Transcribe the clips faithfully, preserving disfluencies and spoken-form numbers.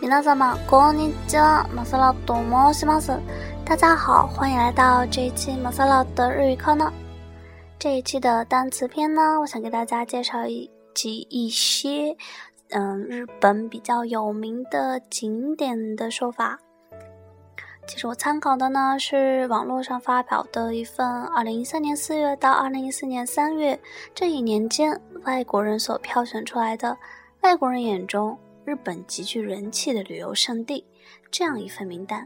皆様こんにちは、マサラと申します。大家好，欢迎来到这一期马萨拉的日语课呢。这一期的单词篇呢，我想给大家介绍一及一些嗯日本比较有名的景点的说法。其实我参考的呢是网络上发表的一份二零一三年四月到二零一四年三月这一年间外国人所票选出来的外国人眼中日本极具人气的旅游胜地这样一份名单。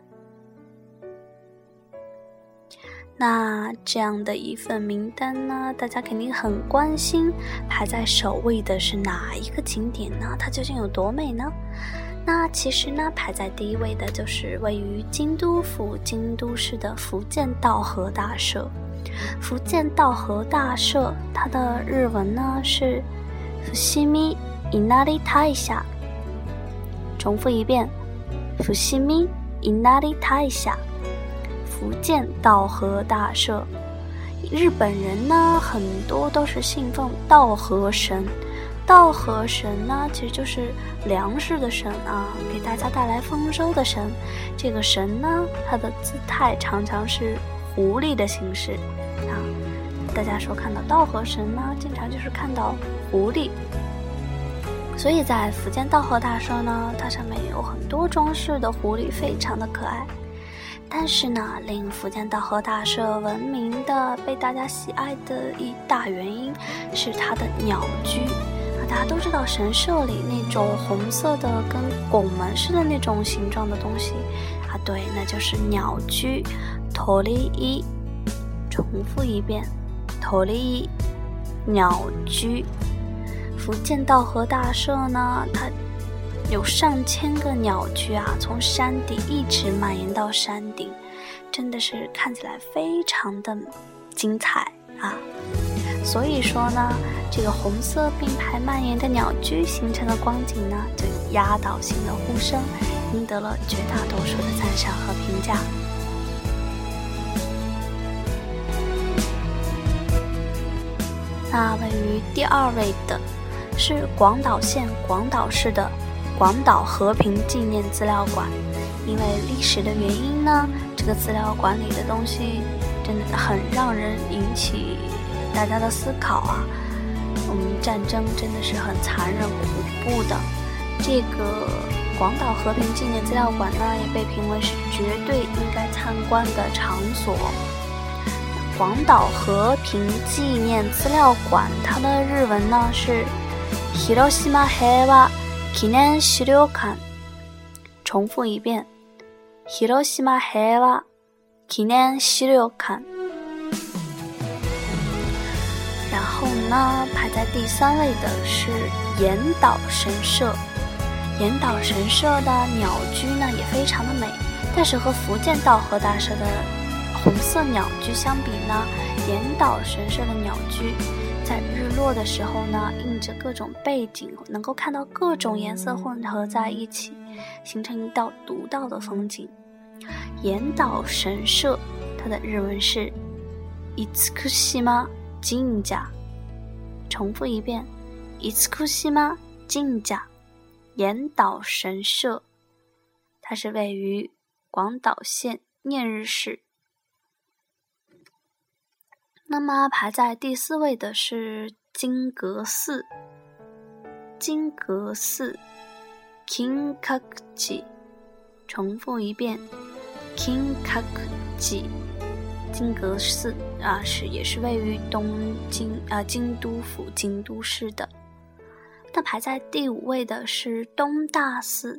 那这样的一份名单呢，大家肯定很关心，排在首位的是哪一个景点呢？它究竟有多美呢？那其实呢，排在第一位的就是位于京都府京都市的伏见稻荷大社。伏见稻荷大社，它的日文呢是伏見稲荷大社。重复一遍，伏見稲荷大社。福建稻荷大社，日本人呢很多都是信奉稻荷神。稻荷神呢其实就是粮食的神啊，给大家带来丰收的神。这个神呢，它的姿态常常是狐狸的形式啊。大家说看到稻荷神呢，经常就是看到狐狸。所以在福建稻荷大社呢，它上面有很多装饰的狐狸，非常的可爱。但是呢，令福建稻荷大社闻名的、被大家喜爱的一大原因是它的鸟居啊。大家都知道神社里那种红色的跟拱门似的那种形状的东西啊，对，那就是鸟居。鳥居，重复一遍，鳥居，鸟居。福建稻荷大社呢，它有上千个鸟居啊，从山底一直蔓延到山顶，真的是看起来非常的精彩啊！所以说呢，这个红色并排蔓延的鸟居形成的光景呢，就有压倒性的呼声，赢得了绝大多数的赞赏和评价。那位于第二位的是广岛县广岛市的广岛和平纪念资料馆。因为历史的原因呢，这个资料馆里的东西真的很让人引起大家的思考啊。我们战争真的是很残忍恐怖的。这个广岛和平纪念资料馆呢，也被评为是绝对应该参观的场所。广岛和平纪念资料馆，它的日文呢是広島平和記念資料館。重复一遍，広島平和記念資料館。然后呢，排在第三位的是岩岛神社。岩岛神社的鸟居呢也非常的美，但是和福建稻荷大社的红色鸟居相比呢，岩岛神社的鸟居在日落的时候呢，映着各种背景，能够看到各种颜色混合在一起，形成一道独到的风景。岩岛神社，它的日文是厳島神社。重复一遍，厳島神社。岩岛神社，它是位于广岛县念日市。那么排在第四位的是金阁寺。金阁寺 Kinkakuji， 重复一遍 Kinkakuji。 金阁寺啊，是也是位于东京啊京都府京都市的。那排在第五位的是东大寺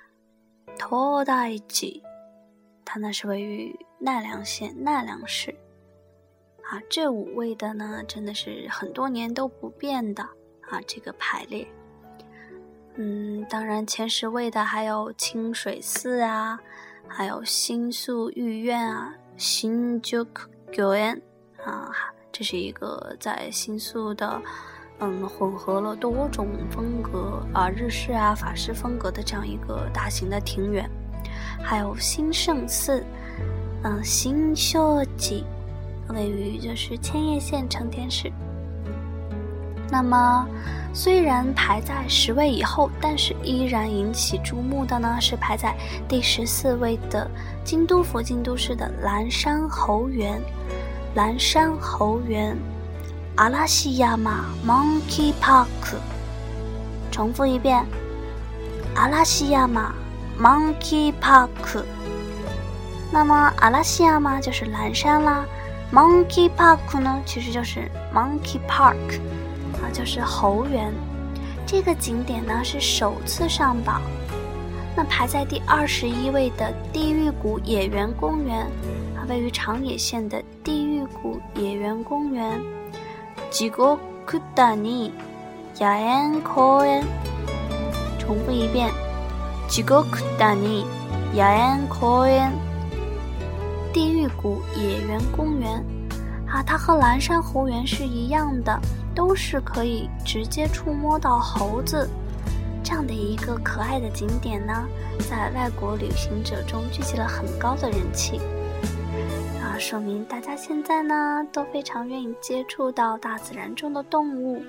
Todaiji， 它呢是位于奈良县奈良市啊。这五位的呢真的是很多年都不变的啊，这个排列。嗯，当然前十位的还有清水寺啊，还有新宿御苑啊，新宿御苑啊，这是一个在新宿的嗯混合了多种风格啊，日式啊法式风格的这样一个大型的庭园。还有新胜寺嗯新秀吉，位于就是千叶县成田市。 那么虽然排在十位以后，但是依然引起注目的呢是排在第十四位的京都府京都市的岚山猴园。岚山猴园阿拉西亚马 Monkey Park， 重复一遍，阿拉西亚马 Monkey Park。 那么阿拉西亚马就是岚山啦， Monkey Park 呢其实就是 Monkey Park啊，就是猴园。这个景点呢是首次上榜。那排在第二十一位的地狱谷野原公园啊，位于长野县的地狱谷野原公园。地獄谷野猿公園，重复一遍，地獄谷野猿公園，地狱谷野原公园啊，它和岚山猴园是一样的，都是可以直接触摸到猴子。这样的一个可爱的景点呢，在外国旅行者中聚集了很高的人气啊，说明大家现在呢都非常愿意接触到大自然中的动物。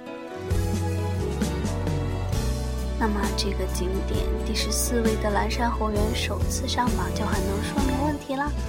那么这个景点第十四位的岚山猴园首次上榜就很能说明问题啦。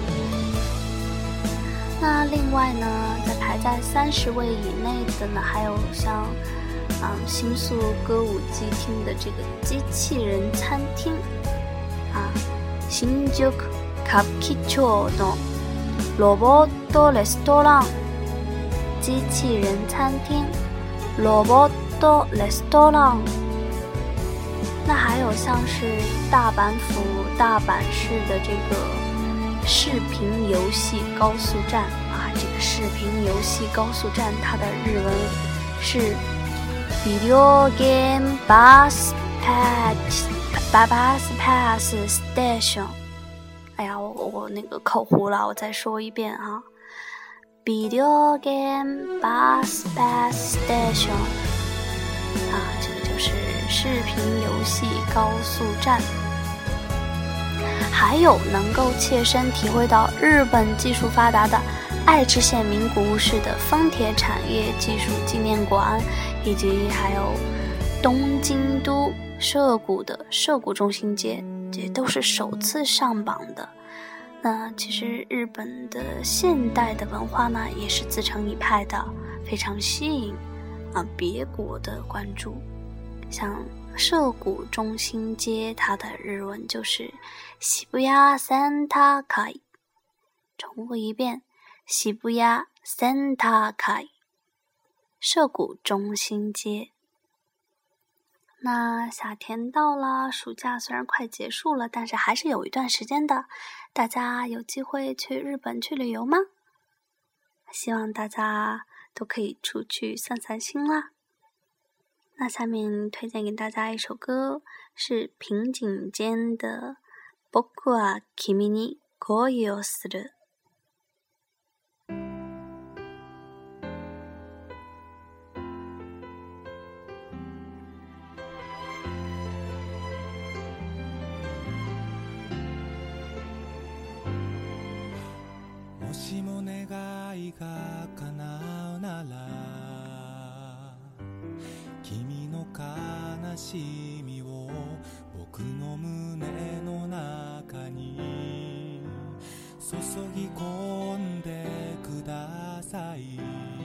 那另外呢，在排在三十位以内的呢，还有像嗯新宿歌舞伎町的这个机器人餐厅啊，新宿歌舞伎町のロボットレストラン，机器人餐厅，ロボットレストラン。那还有像是大阪府大阪市的这个视频游戏高速站啊，这个视频游戏高速站它的日文是 Video Game Bus Pass Bus Pass Station。 哎呀，我我那个口糊了，我再说一遍啊， Video Game Bus Pass Station 啊，这个就是视频游戏高速站。还有能够切身体会到日本技术发达的爱知县名古屋市的丰田产业技术纪念馆，以及还有东京都涉谷的涉谷中心街，这都是首次上榜的。那其实日本的现代的文化呢，也是自成一派的，非常吸引啊别国的关注。像涉谷中心街，它的日文就是渋谷センター街。重复一遍，渋谷センター街，涉谷中心街。那夏天到了，暑假虽然快结束了，但是还是有一段时间的。大家有机会去日本去旅游吗？希望大家都可以出去散散心啦。那下面推荐给大家一首歌，是平井坚的僕は君に恋をする。 もしも願いが叶うなら君の悲しみを僕の胸の中に注ぎ込んでください。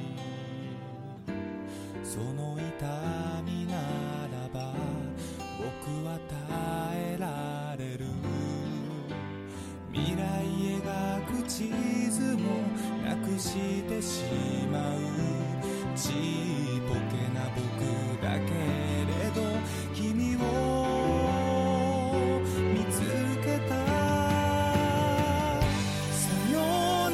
その痛みならば僕は耐えられる。未来描く地図もなくしてしまう。ちっぽけな僕だけれど君を見つけた。さよ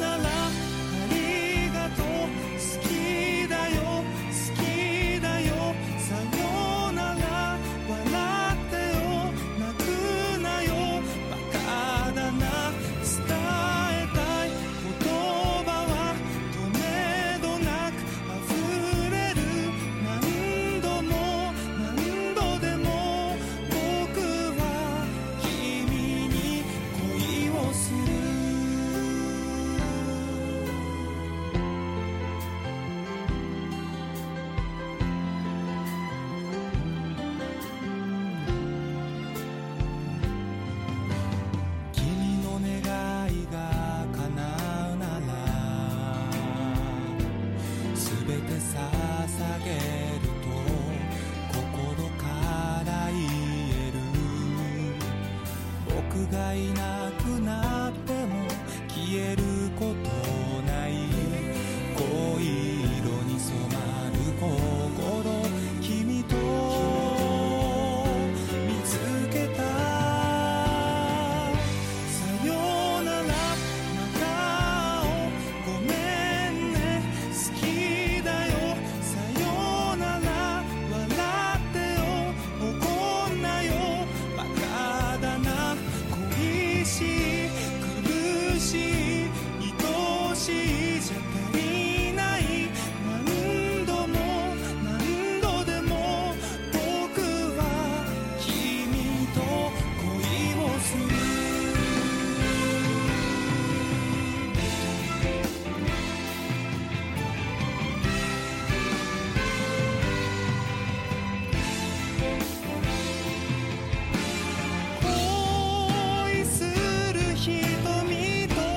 いなくなっても消えることない濃い色に染まる心君と見つけたさよならまた会おうごめんね好きだよさよなら笑ってよ怒んなよバカだな恋しい苦しい愛しいじゃ足りない何度も何度でも僕は君と恋をする恋する瞳と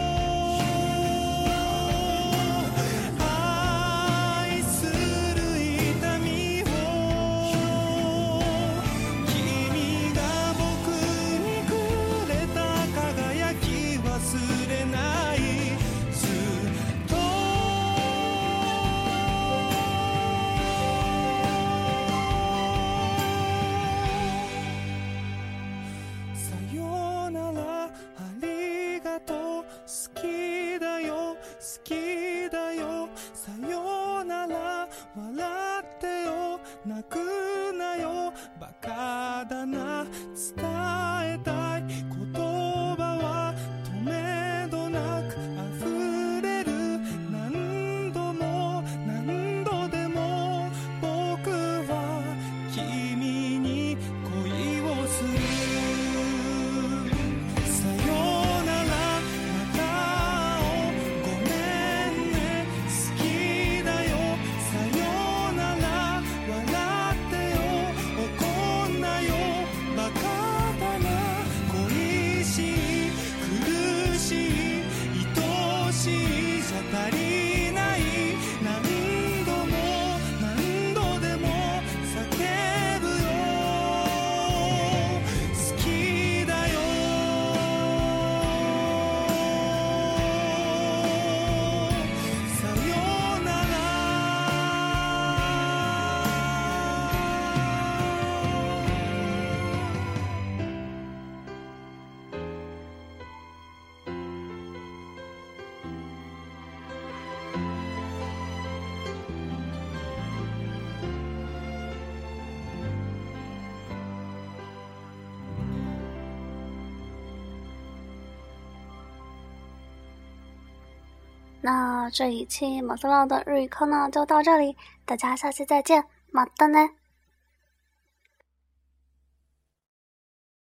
愛する痛みを君が僕にくれた輝き忘れないずっとさよならありがとう好きだよ好きだよさよなら笑ってよ泣くなよバカだな伝えたい言葉は止めどなく溢れる何度も何度でも僕は君に恋をするさよならまた会おうごめんね好きだよさよなら笑ってよ怒んなよバカだな恋しい苦しい愛しいじゃ足りない何度も何度でも叫ぶよ好きだよさよなら那这一期马斯洛的日语课呢就到这里，大家下期再见，马达呢。